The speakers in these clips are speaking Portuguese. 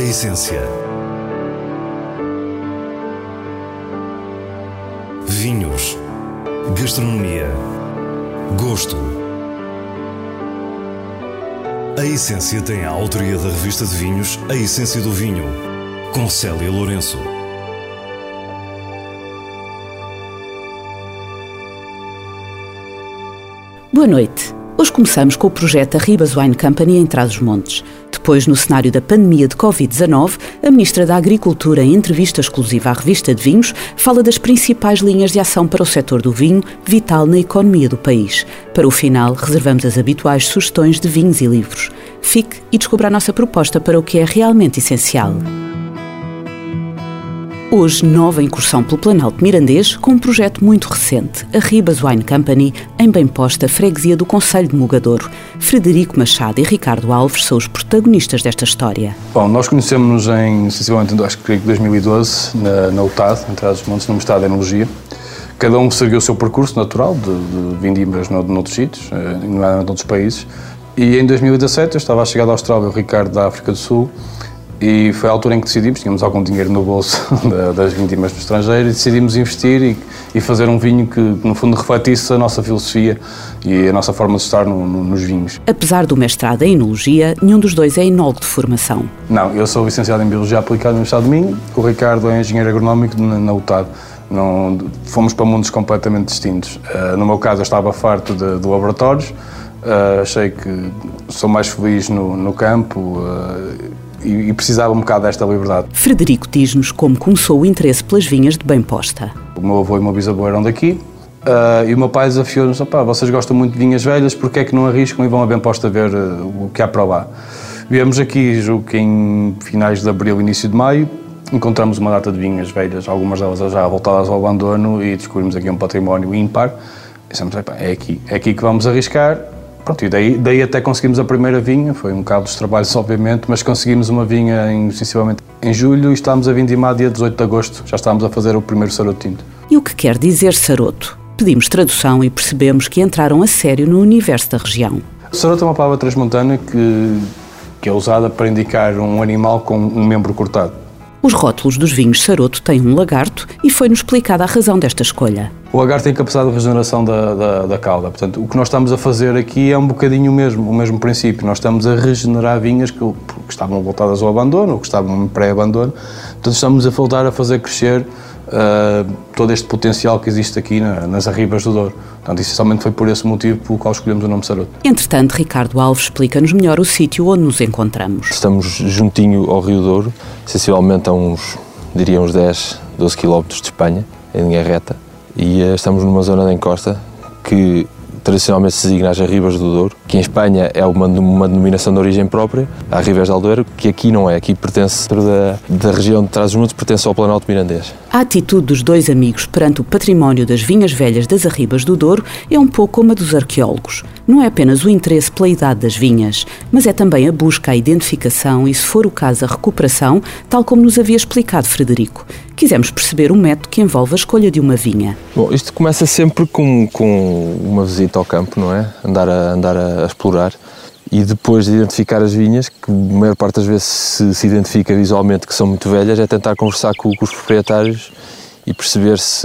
essência. Vinhos. Gastronomia. Gosto. A Essência tem a autoria da revista de vinhos A Essência do Vinho, com Célia Lourenço. Boa noite. Hoje começamos com o projeto Arribas Wine Company em Trás-os-Montes. Depois, no cenário da pandemia de Covid-19, a Ministra da Agricultura, em entrevista exclusiva à revista de vinhos, fala das principais linhas de ação para o setor do vinho, vital na economia do país. Para o final, reservamos as habituais sugestões de vinhos e livros. Fique e descubra a nossa proposta para o que é realmente essencial. Hoje, nova incursão pelo Planalto Mirandês, com um projeto muito recente, Arribas Wine Company, em Bem-Posta, freguesia do Concelho de Mugadouro. Frederico Machado e Ricardo Alves são os protagonistas desta história. Bom, nós conhecemos-nos sensivelmente, acho que em 2012, na UTAD, em Trás-os-Montes, no mestrado de Enologia. Cada um seguiu o seu percurso natural de vindimas noutros sítios, noutros países. E em 2017, eu estava a chegar da Austrália, o Ricardo da África do Sul, e foi a altura em que decidimos, tínhamos algum dinheiro no bolso das vindimas no estrangeiro, e decidimos investir e fazer um vinho que, no fundo, refletisse a nossa filosofia e a nossa forma de estar nos vinhos. Apesar do mestrado em Enologia, nenhum dos dois é enólogo de formação. Não, eu sou licenciado em Biologia Aplicada no Universidade de Minho, o Ricardo é engenheiro agronómico na UTAD. Não, fomos para mundos completamente distintos. No meu caso, eu estava farto de laboratórios, achei que sou mais feliz no campo, e precisava um bocado desta liberdade. Frederico diz-nos como começou o interesse pelas vinhas de Bem-Posta. O meu avô e o meu bisavô eram daqui, e o meu pai desafiou-nos: vocês gostam muito de vinhas velhas, porque é que não arriscam e vão a Bem-Posta ver o que há para lá? Viemos aqui, julgo que em finais de abril, início de maio, encontramos uma data de vinhas velhas, algumas delas já voltadas ao abandono, e descobrimos aqui um património ímpar. E dissemos: é aqui que vamos arriscar. Pronto, e daí até conseguimos a primeira vinha, foi um bocado dos trabalhos, obviamente, mas conseguimos uma vinha sensivelmente em julho e estávamos a vindimar dia 18 de agosto, já estávamos a fazer o primeiro saroto tinto. E o que quer dizer saroto? Pedimos tradução e percebemos que entraram a sério no universo da região. Saroto é uma palavra transmontana que é usada para indicar um animal com um membro cortado. Os rótulos dos vinhos Saroto têm um lagarto e foi-nos explicada a razão desta escolha. O lagarto tem capacidade de regeneração da cauda, portanto, o que nós estamos a fazer aqui é um bocadinho o mesmo princípio. Nós estamos a regenerar vinhas que estavam voltadas ao abandono, ou que estavam em pré-abandono, portanto, estamos a voltar a fazer crescer todo este potencial que existe aqui nas Arribas do Douro. Portanto, essencialmente foi por esse motivo pelo qual escolhemos o nome Saroto. Entretanto, Ricardo Alves explica-nos melhor o sítio onde nos encontramos. Estamos juntinho ao Rio Douro, sensivelmente a uns 10, 12 km de Espanha, em linha reta, e estamos numa zona da encosta que tradicionalmente se designa as Arribas do Douro, que em Espanha é uma denominação de origem própria, a Arribas de Aldoeiro, que aqui não é, aqui pertence da região de Trás-os-Montes, pertence ao Planalto Mirandês. A atitude dos dois amigos perante o património das vinhas velhas das Arribas do Douro é um pouco como a dos arqueólogos. Não é apenas o interesse pela idade das vinhas, mas é também a busca, a identificação e, se for o caso, a recuperação, tal como nos havia explicado Frederico. Quisemos perceber o método que envolve a escolha de uma vinha. Bom, isto começa sempre com uma visita ao campo, não é? Andar a explorar, e depois de identificar as vinhas, que a maior parte das vezes se identifica visualmente que são muito velhas, é tentar conversar com os proprietários e perceber se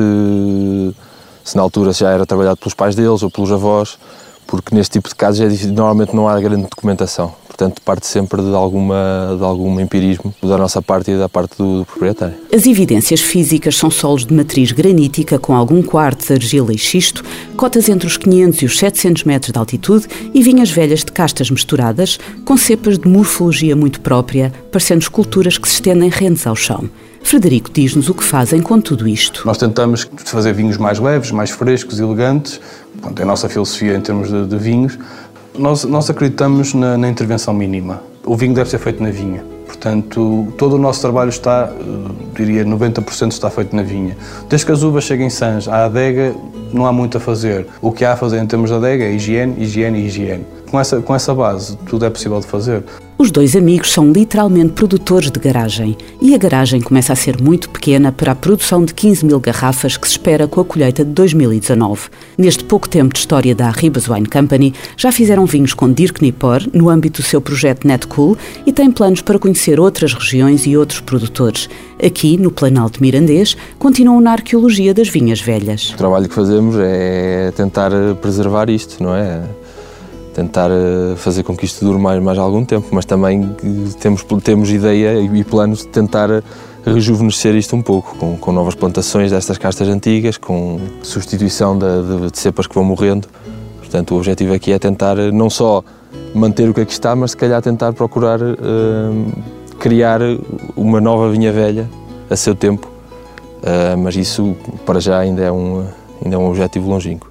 na altura já era trabalhado pelos pais deles ou pelos avós, porque neste tipo de casos normalmente não há grande documentação. Portanto, parte sempre de algum empirismo da nossa parte e da parte do proprietário. As evidências físicas são solos de matriz granítica com algum quartzo, argila e xisto, cotas entre os 500 e os 700 metros de altitude e vinhas velhas de castas misturadas, com cepas de morfologia muito própria, parecendo esculturas que se estendem rentes ao chão. Frederico diz-nos o que fazem com tudo isto. Nós tentamos fazer vinhos mais leves, mais frescos, elegantes. Pronto, é a nossa filosofia em termos de vinhos. Nós acreditamos na intervenção mínima. O vinho deve ser feito na vinha. Portanto, todo o nosso trabalho está, diria, 90% está feito na vinha. Desde que as uvas cheguem sãs à adega, não há muito a fazer. O que há a fazer em termos de adega é higiene, higiene e higiene. com essa base tudo é possível de fazer. Os dois amigos são literalmente produtores de garagem e a garagem começa a ser muito pequena para a produção de 15 mil garrafas que se espera com a colheita de 2019. Neste pouco tempo de história da Ribas Wine Company, já fizeram vinhos com Dirk Nippor no âmbito do seu projeto Netcool e têm planos para conhecer outras regiões e outros produtores. Aqui, no Planalto Mirandês, continuam na arqueologia das vinhas velhas. O trabalho que fazemos é tentar preservar isto, não é? Tentar fazer com que isto dure mais algum tempo, mas também temos ideia e planos de tentar rejuvenescer isto um pouco, com novas plantações destas castas antigas, com substituição de cepas que vão morrendo. Portanto, o objetivo aqui é tentar não só manter o que aqui está, mas se calhar tentar procurar criar uma nova vinha velha a seu tempo, mas isso para já ainda é um objetivo longínquo.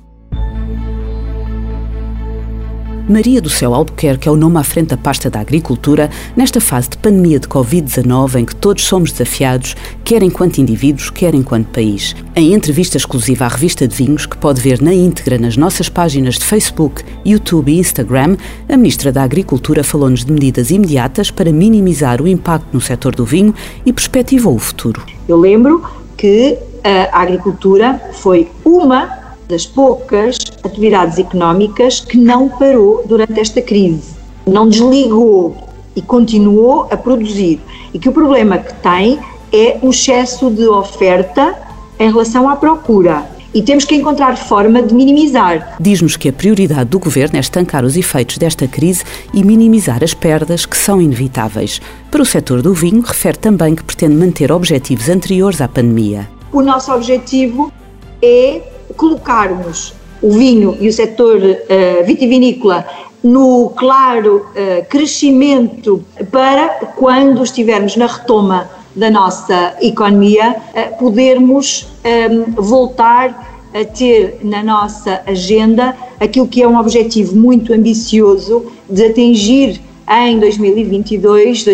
Maria do Céu Albuquerque é o nome à frente da pasta da Agricultura nesta fase de pandemia de Covid-19 em que todos somos desafiados, quer enquanto indivíduos, quer enquanto país. Em entrevista exclusiva à Revista de Vinhos, que pode ver na íntegra nas nossas páginas de Facebook, YouTube e Instagram, a Ministra da Agricultura falou-nos de medidas imediatas para minimizar o impacto no setor do vinho e perspectivou o futuro. Eu lembro que a agricultura foi uma das poucas atividades económicas que não parou durante esta crise, não desligou e continuou a produzir, e que o problema que tem é o excesso de oferta em relação à procura e temos que encontrar forma de minimizar. Diz-nos que a prioridade do Governo é estancar os efeitos desta crise e minimizar as perdas que são inevitáveis. Para o setor do vinho, refere também que pretende manter objetivos anteriores à pandemia. O nosso objetivo é colocarmos o vinho e o setor vitivinícola no claro crescimento para, quando estivermos na retoma da nossa economia, podermos voltar a ter na nossa agenda aquilo que é um objetivo muito ambicioso de atingir em 2022,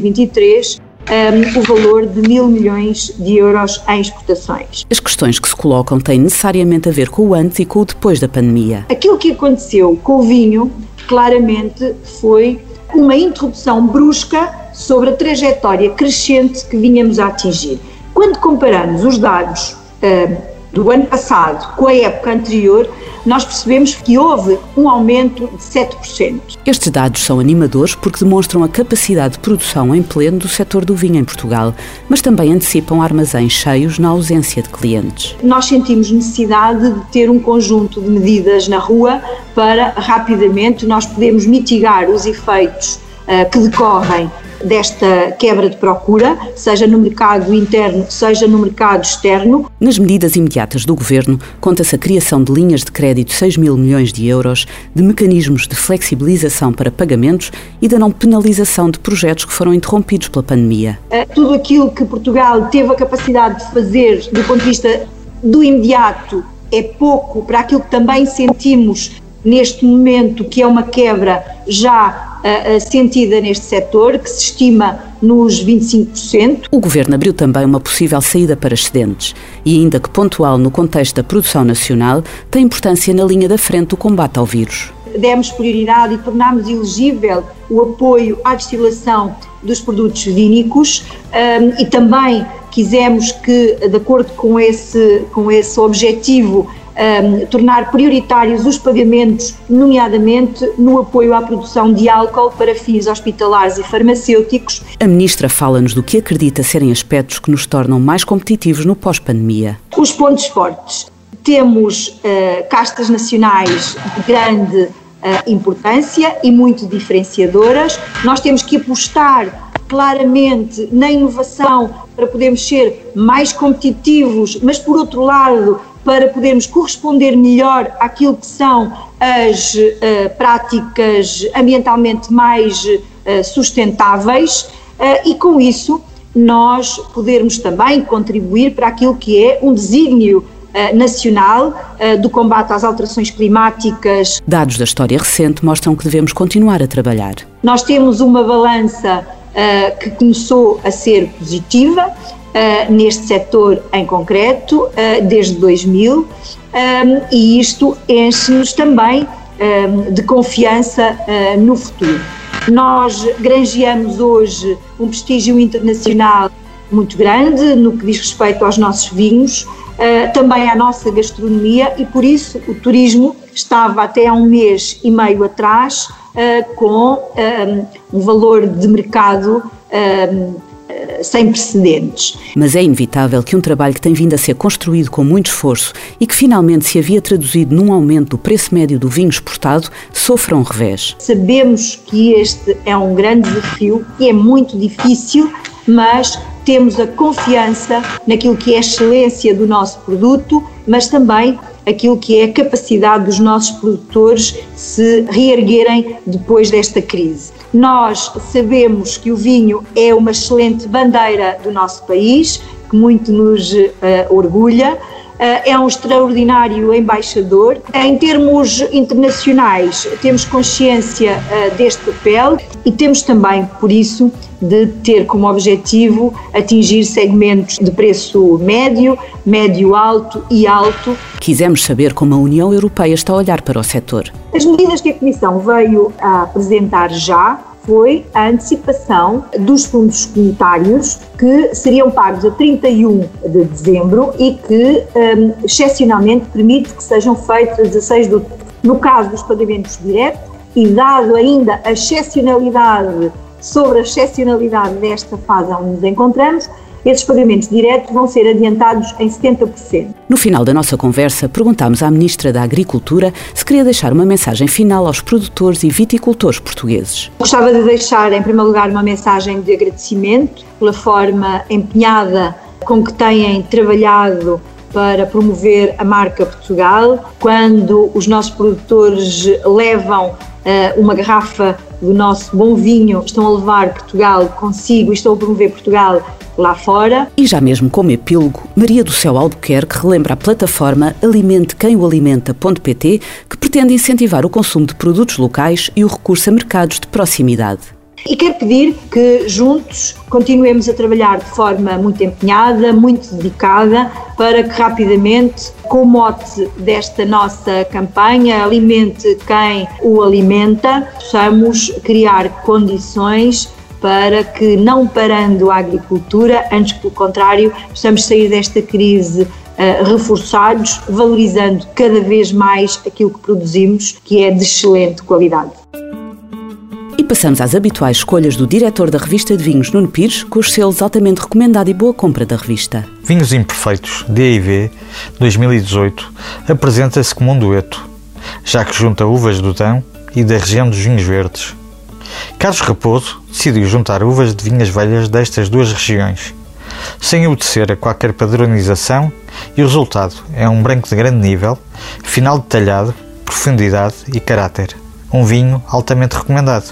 2023, o valor de 1.000 milhões de euros em exportações. As questões que se colocam têm necessariamente a ver com o antes e com o depois da pandemia. Aquilo que aconteceu com o vinho, claramente, foi uma interrupção brusca sobre a trajetória crescente que vinhamos a atingir. Quando comparamos os dados do ano passado com a época anterior, nós percebemos que houve um aumento de 7%. Estes dados são animadores porque demonstram a capacidade de produção em pleno do setor do vinho em Portugal, mas também antecipam armazéns cheios na ausência de clientes. Nós sentimos necessidade de ter um conjunto de medidas na rua para rapidamente nós podermos mitigar os efeitos que decorrem desta quebra de procura, seja no mercado interno, seja no mercado externo. Nas medidas imediatas do Governo, conta-se a criação de linhas de crédito de 6.000 milhões de euros, de mecanismos de flexibilização para pagamentos e da não penalização de projetos que foram interrompidos pela pandemia. Tudo aquilo que Portugal teve a capacidade de fazer do ponto de vista do imediato é pouco para aquilo que também sentimos neste momento, que é uma quebra já sentida neste setor, que se estima nos 25%. O Governo abriu também uma possível saída para excedentes e, ainda que pontual no contexto da produção nacional, tem importância na linha da frente do combate ao vírus. Demos prioridade e tornámos elegível o apoio à destilação dos produtos vínicos e também quisemos que, de acordo com esse objetivo, tornar prioritários os pagamentos, nomeadamente no apoio à produção de álcool para fins hospitalares e farmacêuticos. A Ministra fala-nos do que acredita serem aspectos que nos tornam mais competitivos no pós-pandemia. Os pontos fortes. Temos castas nacionais de grande importância e muito diferenciadoras. Nós temos que apostar claramente na inovação para podermos ser mais competitivos, mas por outro lado, para podermos corresponder melhor àquilo que são as práticas ambientalmente mais sustentáveis e com isso nós podermos também contribuir para aquilo que é um desígnio nacional do combate às alterações climáticas. Dados da história recente mostram que devemos continuar a trabalhar. Nós temos uma balança que começou a ser positiva neste setor em concreto, desde 2000, e isto enche-nos também de confiança no futuro. Nós granjeamos hoje um prestígio internacional muito grande no que diz respeito aos nossos vinhos, também à nossa gastronomia, e por isso o turismo estava até há 1 mês e meio atrás com um valor de mercado sem precedentes. Mas é inevitável que um trabalho que tem vindo a ser construído com muito esforço e que finalmente se havia traduzido num aumento do preço médio do vinho exportado sofra um revés. Sabemos que este é um grande desafio e é muito difícil, mas temos a confiança naquilo que é a excelência do nosso produto, mas também aquilo que é a capacidade dos nossos produtores se reerguerem depois desta crise. Nós sabemos que o vinho é uma excelente bandeira do nosso país, que muito nos orgulha, é um extraordinário embaixador. Em termos internacionais, temos consciência deste papel e temos também, por isso, de ter como objetivo atingir segmentos de preço médio, médio-alto e alto. Quisemos saber como a União Europeia está a olhar para o setor. As medidas que a Comissão veio a apresentar já foi a antecipação dos fundos comunitários que seriam pagos a 31 de dezembro e que, excepcionalmente, permite que sejam feitos a 16 de outubro. No caso dos pagamentos diretos, e dado ainda a excepcionalidade sobre a excepcionalidade desta fase onde nos encontramos, esses pagamentos diretos vão ser adiantados em 70%. No final da nossa conversa, perguntámos à Ministra da Agricultura se queria deixar uma mensagem final aos produtores e viticultores portugueses. Gostava de deixar, em primeiro lugar, uma mensagem de agradecimento pela forma empenhada com que têm trabalhado para promover a marca Portugal. Quando os nossos produtores levam uma garrafa do nosso bom vinho, estão a levar Portugal consigo e estão a promover Portugal lá fora. E já mesmo como epílogo, Maria do Céu Albuquerque relembra a plataforma alimentequemoalimenta.pt, que pretende incentivar o consumo de produtos locais e o recurso a mercados de proximidade. E quero pedir que juntos continuemos a trabalhar de forma muito empenhada, muito dedicada, para que rapidamente, com o mote desta nossa campanha, Alimente quem o alimenta, possamos criar condições para que, não parando a agricultura, antes pelo contrário, possamos sair desta crise reforçados, valorizando cada vez mais aquilo que produzimos, que é de excelente qualidade. E passamos às habituais escolhas do diretor da revista de vinhos, Nuno Pires, com os selos altamente recomendado e boa compra da revista. Vinhos Imperfeitos, DIV 2018, apresenta-se como um dueto, já que junta uvas do Dão e da região dos vinhos verdes. Carlos Raposo decidiu juntar uvas de vinhas velhas destas duas regiões, sem obedecer a qualquer padronização, e o resultado é um branco de grande nível, final detalhado, profundidade e caráter. Um vinho altamente recomendado.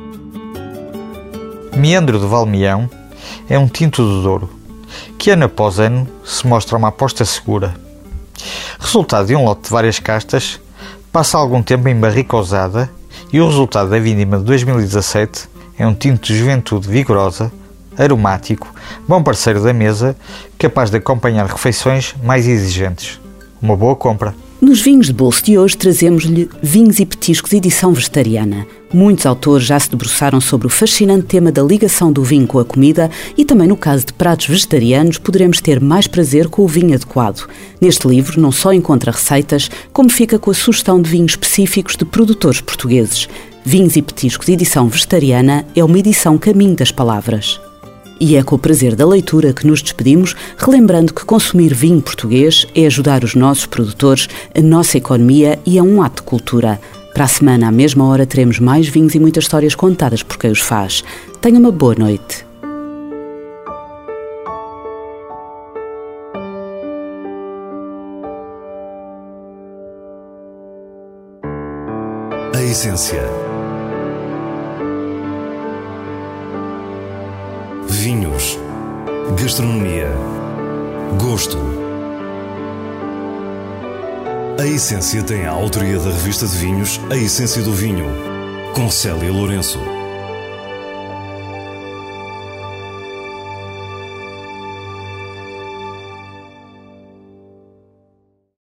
Meandro de Valmião é um tinto do Douro, que ano após ano se mostra uma aposta segura. Resultado de um lote de várias castas, passa algum tempo em barrica ousada e o resultado da vindima de 2017 é um tinto de juventude vigorosa, aromático, bom parceiro da mesa, capaz de acompanhar refeições mais exigentes. Uma boa compra. Nos vinhos de bolso de hoje trazemos-lhe Vinhos e Petiscos edição vegetariana. Muitos autores já se debruçaram sobre o fascinante tema da ligação do vinho com a comida e também no caso de pratos vegetarianos poderemos ter mais prazer com o vinho adequado. Neste livro não só encontra receitas, como fica com a sugestão de vinhos específicos de produtores portugueses. Vinhos e Petiscos edição vegetariana é uma edição caminho das palavras. E é com o prazer da leitura que nos despedimos, relembrando que consumir vinho português é ajudar os nossos produtores, a nossa economia e é um ato de cultura. Para a semana, à mesma hora, teremos mais vinhos e muitas histórias contadas por quem os faz. Tenha uma boa noite. A essência. Vinhos, gastronomia, gosto. A Essência tem a autoria da revista de vinhos A Essência do Vinho, com Célia Lourenço.